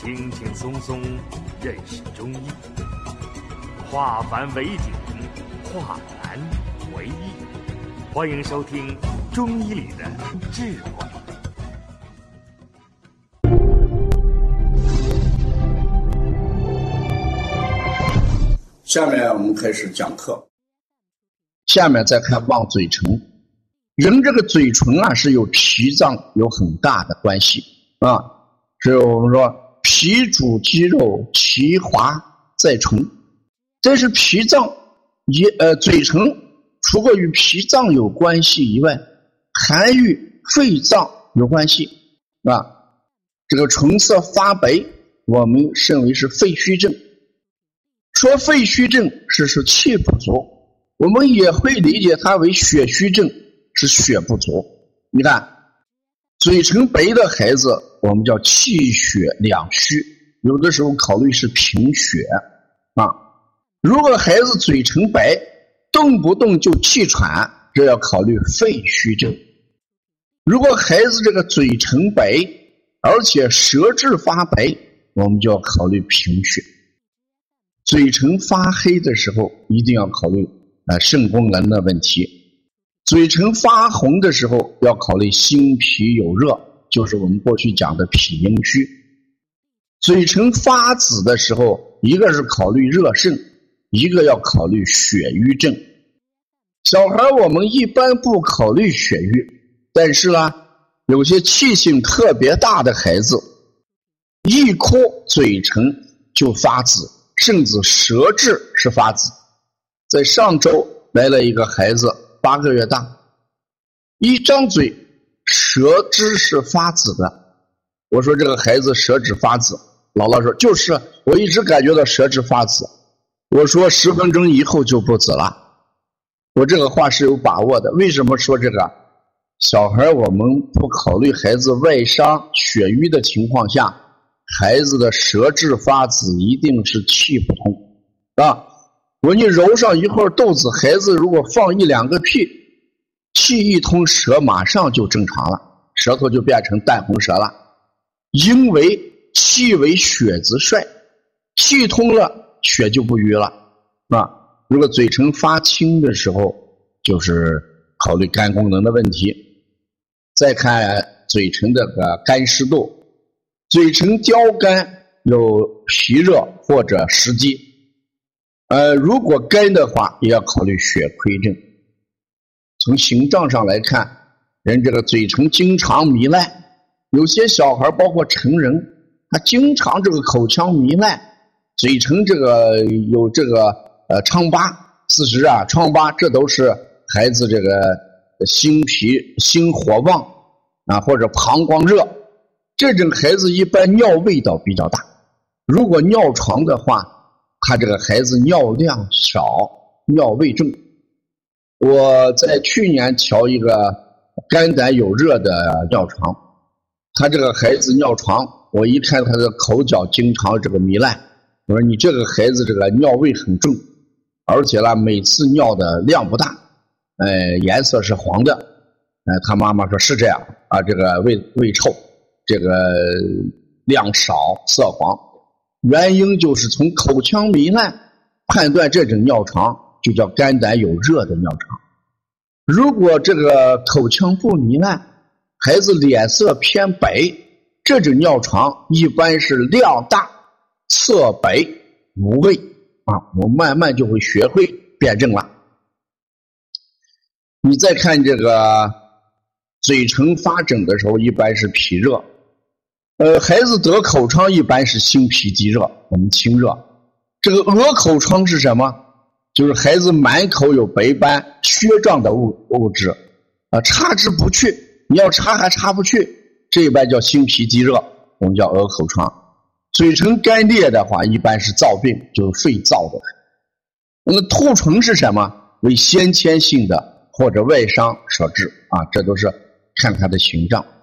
轻轻松松认识中医，化繁为简，化难为易。欢迎收听《中医里的智慧》。 下面我们开始讲课。 下面再看望嘴唇。人这个嘴唇啊，是有脾脏有很大的关系啊。所以我们说脾主肌肉，其华在唇。但是脾脏嘴唇除过与脾脏有关系以外，还与肺脏有关系啊。这个唇色发白，我们认为是肺虚症。说肺虚症是说气不足，我们也会理解它为血虚症，是血不足。你看嘴唇白的孩子我们叫气血两虚，有的时候考虑是贫血啊。如果孩子嘴唇白动不动就气喘，这要考虑肺虚症。如果孩子这个嘴唇白而且舌质发白，我们就要考虑贫血。嘴唇发黑的时候一定要考虑肾功能的问题。嘴唇发红的时候要考虑心脾有热，就是我们过去讲的脾阴虚。嘴唇发紫的时候，一个是考虑热盛，一个要考虑血瘀症。小孩我们一般不考虑血瘀，但是呢，有些气性特别大的孩子，一哭嘴唇就发紫，甚至舌质是发紫。在上周来了一个孩子8个月大，一张嘴舌质是发紫的。我说这个孩子舌质发紫，姥姥说就是我一直感觉到舌质发紫。我说10分钟以后就不紫了。我这个话是有把握的。为什么说这个？小孩我们不考虑孩子外伤血瘀的情况下，孩子的舌质发紫一定是气不通啊。我你揉上一会儿肚子，孩子如果放1、2个屁，气一通，舌马上就正常了，舌头就变成淡红舌了。因为气为血之帅，气通了，血就不瘀了啊。如果嘴唇发青的时候，就是考虑肝功能的问题。再看嘴唇的干湿度，嘴唇焦干，有脾热或者湿积。如果干的话，也要考虑血亏症。从形状上来看，人这个嘴唇经常糜烂，有些小孩包括成人，他经常这个口腔糜烂，嘴唇这个有这个疮疤，事实啊，疮疤这都是孩子这个心火旺啊，或者膀胱热。这种孩子一般尿味道比较大，如果尿床的话，他这个孩子尿量小，尿味重。我在去年瞧一个肝胆有热的尿床，他这个孩子尿床，我一看他的口角经常这个糜烂，我说你这个孩子这个尿味很重，而且呢每次尿的量不大，颜色是黄的。他妈妈说是这样啊，这个胃臭，这个量少色黄。原因就是从口腔糜烂判断这种尿床就叫肝胆有热的尿床。如果这个口腔不糜烂，孩子脸色偏白，这种尿床一般是量大色白无味啊，我慢慢就会学会辩证了。你再看这个嘴唇发疹的时候，一般是脾热。孩子得口疮一般是心脾积热，我们清热。这个鹅口疮是什么？就是孩子满口有白斑血状的物质插之不去，你要插还插不去，这一般叫心脾积热，我们叫鹅口疮。嘴唇干裂的话一般是燥病，就是肺燥的。那么兔唇是什么？为先天性的或者外伤所致啊，这都是看它的形状。